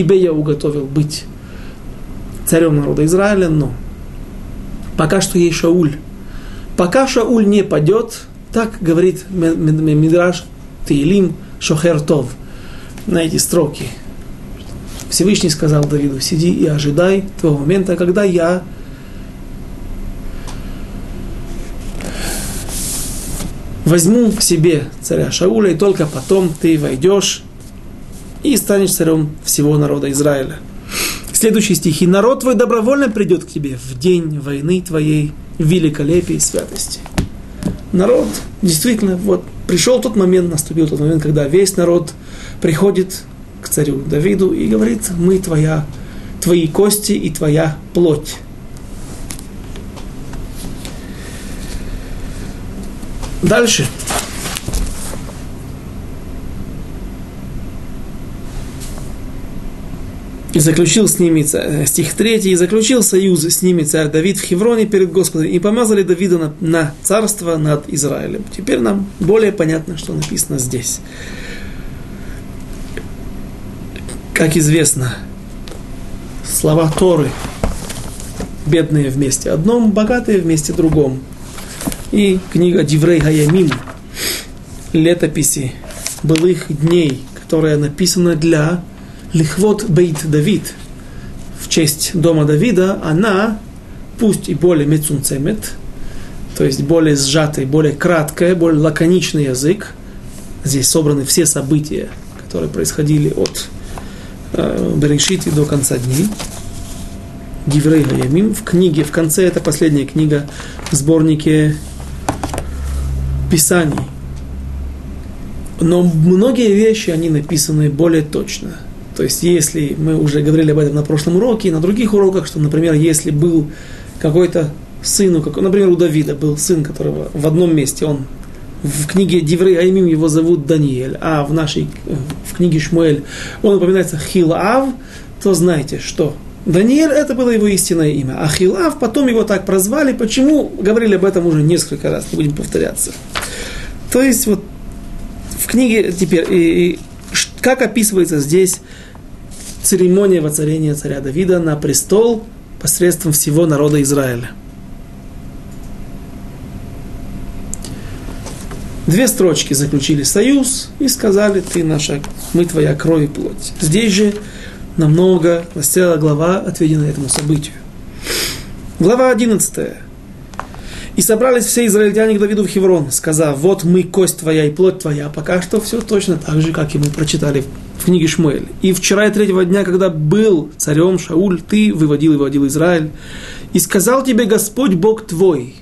царем народа Израиля, но пока что есть Шауль. Пока Шауль не падет, так говорит Мидраш Теилим Шохер Тов на эти строки. Всевышний сказал Давиду: сиди и ожидай того момента, когда я возьму к себе царя Шауля, и только потом ты войдешь и станешь царем всего народа Израиля. Следующие стихи. Народ твой добровольно придет к тебе в день войны твоей, в великолепии и святости. Народ, действительно, вот пришел тот момент, наступил тот момент, когда весь народ приходит к царю Давиду и говорит: мы твои кости и твоя плоть. Дальше. И заключил с ними, стих 3, и заключил союз с ними царь Давид в Хевроне перед Господом, и помазали Давида на царство над Израилем. Теперь нам более понятно, что написано здесь. Как известно, слова Торы бедные вместе одном, богатые вместе другом. И книга Диврей Хаямим, летописи былых дней, которая написана для Лихвот Бейт Давид, в честь дома Давида, она, пусть и более мецунцемет, то есть более сжатый, более краткий, более лаконичный язык. Здесь собраны все события, которые происходили от Берешит до конца дней. Диврей Хаямим, в конце, это последняя книга в сборнике Писаний. Но многие вещи, они написаны более точно. То есть, если мы уже говорили об этом на прошлом уроке и на других уроках, что, например, если был какой-то сын, например, у Давида был сын, которого в одном месте, он в книге Диврей Хаямим его зовут Даниэль, а в книге Шмуэль он упоминается Хилав, то знайте, что Даниэль это было его истинное имя, а Хилав потом его так прозвали. Почему? Говорили об этом уже несколько раз, не будем повторяться. То есть, вот в книге теперь, как описывается здесь церемония воцарения царя Давида на престол посредством всего народа Израиля. 2 строчки заключили союз и сказали: мы твоя кровь и плоть. Здесь же намного, целая глава отведена этому событию. Глава 11. И собрались все израильтяне к Давиду в Хеврон, сказав: вот мы, кость твоя и плоть твоя. Пока что все точно так же, как и мы прочитали в книге Шмуэль. И вчера и 3-го дня, когда был царем Шауль, ты выводил Израиль. И сказал тебе Господь Бог твой,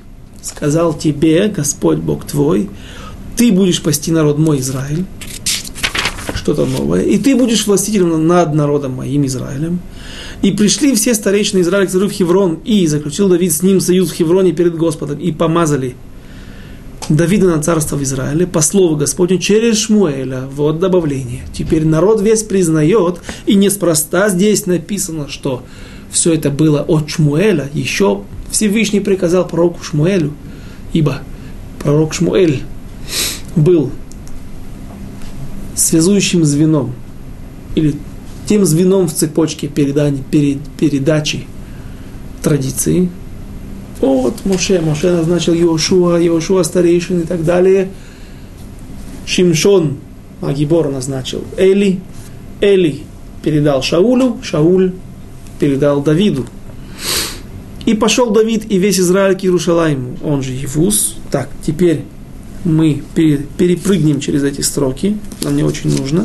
ты будешь пасти народ мой Израиль. Что-то новое. И ты будешь властителем над народом моим Израилем. И пришли все старейшины Израиля к царю в Хеврон, и заключил Давид с ним союз в Хевроне перед Господом, и помазали Давида на царство в Израиле по слову Господню через Шмуэля. Вот добавление. Теперь народ весь признает, и неспроста здесь написано, что все это было от Шмуэля. Еще Всевышний приказал пророку Шмуэлю, ибо пророк Шмуэль был связующим звеном, или тем звеном в цепочке передачи традиции. Вот Моше назначил Йошуа старейшин и так далее. Шимшон Агибор назначил Эли передал Шаулю, Шауль передал Давиду. И пошел Давид и весь Израиль к Иерушалайму, он же Евус. Так, теперь мы перепрыгнем через эти строки, нам не очень нужно.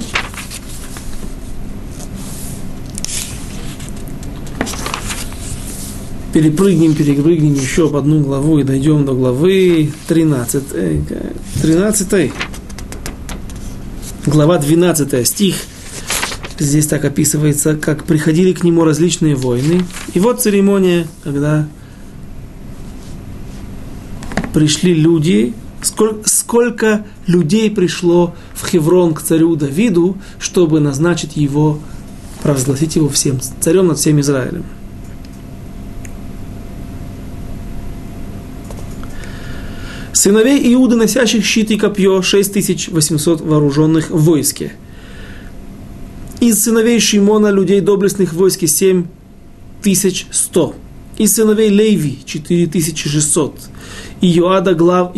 Перепрыгнем еще об одну главу и дойдем до главы 13. Глава 12, стих. Здесь так описывается, как приходили к нему различные войны. И вот церемония, когда пришли люди. Сколько людей пришло в Хеврон к царю Давиду, чтобы назначить его, провозгласить его всем царем над всем Израилем. Сыновей Иуды, носящих щит и копье, 6800 вооруженных в войске. Из сыновей Шимона, людей доблестных в войске, 7100. Из сыновей Леви, 4600. И Йояда,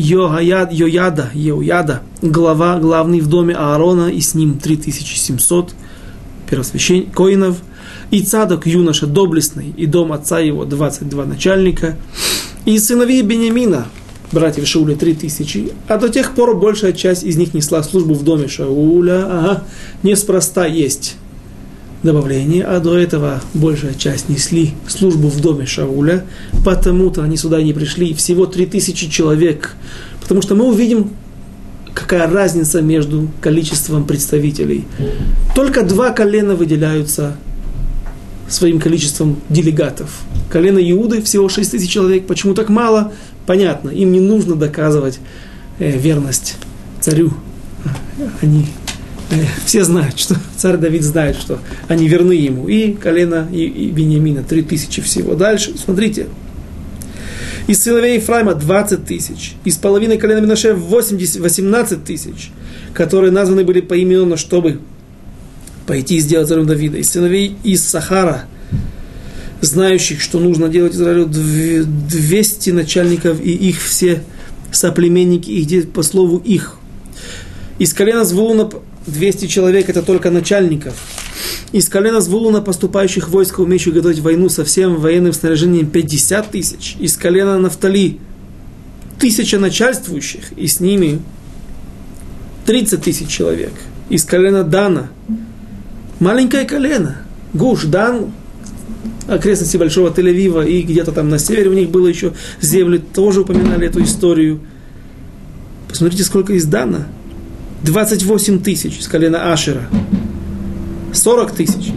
главный в доме Аарона, и с ним 3700 первосвященников, коинов. И Цадок, юноша доблестный, и дом отца его, 22 начальника. И из сыновей Беньямина, братьев Шауля, 3000, а до тех пор большая часть из них несла службу в доме Шауля. Неспроста есть добавление, а до этого большая часть несли службу в доме Шауля, потому-то они сюда не пришли, всего 3000 человек, потому что мы увидим, какая разница между количеством представителей. Только 2 колена выделяются своим количеством делегатов. Колено Иуды всего 6000 человек. Почему так мало? Понятно, им не нужно доказывать верность царю. Они все знают, что царь Давид знает, что они верны ему. И колено и Беньямина 3000 всего. Дальше, смотрите. Из сыновей Ефраима 20 тысяч. Из половины колена Менаше 18 тысяч, которые названы были поименно, чтобы пойти и сделать царем Давида. Из сыновей Иссахара, знающих, что нужно делать Израилю, 200 начальников и их все соплеменники, их по слову их. Из колена Звулуна 200 человек, это только начальников. Из колена Звулуна, поступающих войск, умеющих готовить войну со всем военным снаряжением, 50 тысяч. Из колена Нафтали 1000 начальствующих, и с ними 30 тысяч человек. Из колена Дана маленькое колено, Гуш, Дан, окрестности Большого Тель-Авива, и где-то там на севере у них было еще земли, тоже упоминали эту историю. Посмотрите, сколько из Дана. 28 тысяч из колена Ашера. 40 тысяч.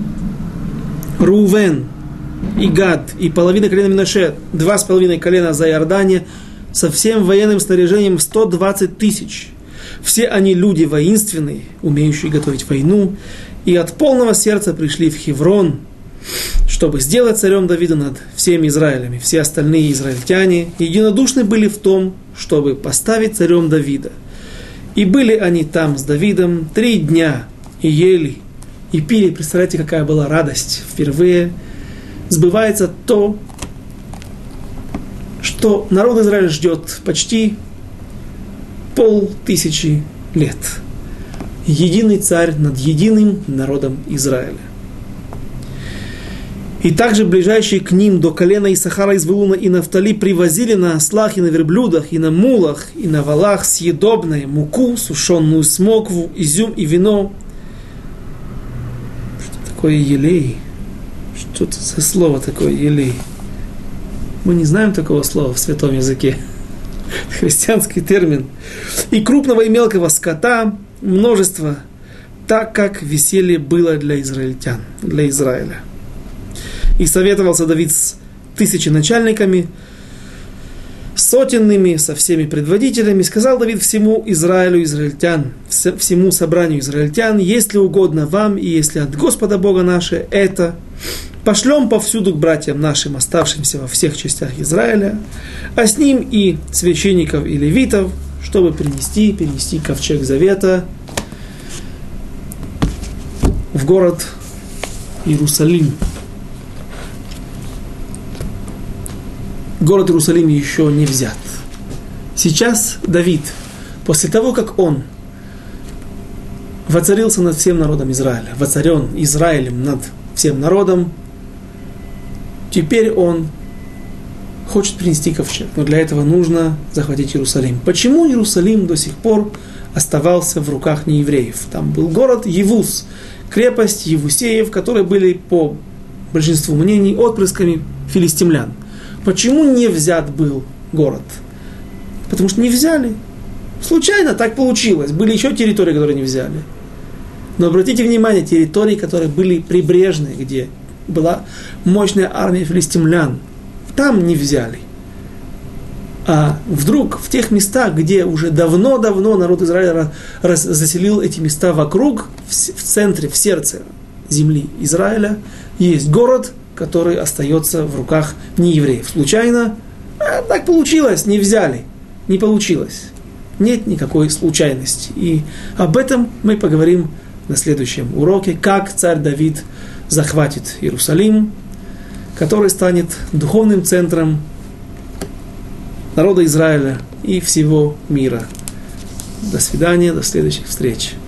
Рувен и Гад, и половина колена Менаше, 2,5 колена за Иордане, со всем военным снаряжением 120 тысяч. Все они люди воинственные, умеющие готовить войну, и от полного сердца пришли в Хеврон, чтобы сделать царем Давида над всеми Израилями. Все остальные израильтяне единодушны были в том, чтобы поставить царем Давида. И были они там с Давидом 3 дня, и ели, и пили. Представляете, какая была радость. Впервые сбывается то, что народ Израиля ждет почти 500 лет. Единый царь над единым народом Израиля. И также ближайшие к ним до колена Исахара, из Звулуна и Нафтали привозили на ослах и на верблюдах, и на мулах, и на валах съедобное, муку, сушеную смокву, изюм и вино. Что такое елей? Что это за слово такое елей? Мы не знаем такого слова в святом языке. Христианский термин. И крупного и мелкого скота множество, так как веселье было для израильтян, для Израиля. И советовался Давид с 1000 начальниками, сотенными, со всеми предводителями. Сказал Давид всему Израилю, израильтян, всему собранию израильтян: если угодно вам, и если от Господа Бога наше это, пошлем повсюду к братьям нашим, оставшимся во всех частях Израиля, а с ним и священников и левитов, чтобы перенести ковчег завета в город Иерусалим. Город Иерусалим еще не взят. Сейчас Давид, после того, как он воцарился над всем народом Израиля, воцарен Израилем над всем народом, теперь он хочет принести ковчег. Но для этого нужно захватить Иерусалим. Почему Иерусалим до сих пор оставался в руках неевреев? Там был город Евус, крепость Евусеев, которые были, по большинству мнений, отпрысками филистимлян. Почему не взят был город? Потому что не взяли. Случайно так получилось. Были еще территории, которые не взяли. Но обратите внимание, территории, которые были прибрежные, где была мощная армия филистимлян, там не взяли. А вдруг в тех местах, где уже давно-давно народ Израиля заселил эти места вокруг, в центре, в сердце земли Израиля, есть город, который остается в руках неевреев. Случайно так получилось, не взяли. не получилось. Нет никакой случайности. И об этом мы поговорим на следующем уроке, как царь Давид захватит Иерусалим, который станет духовным центром народа Израиля и всего мира. До свидания, до следующих встреч.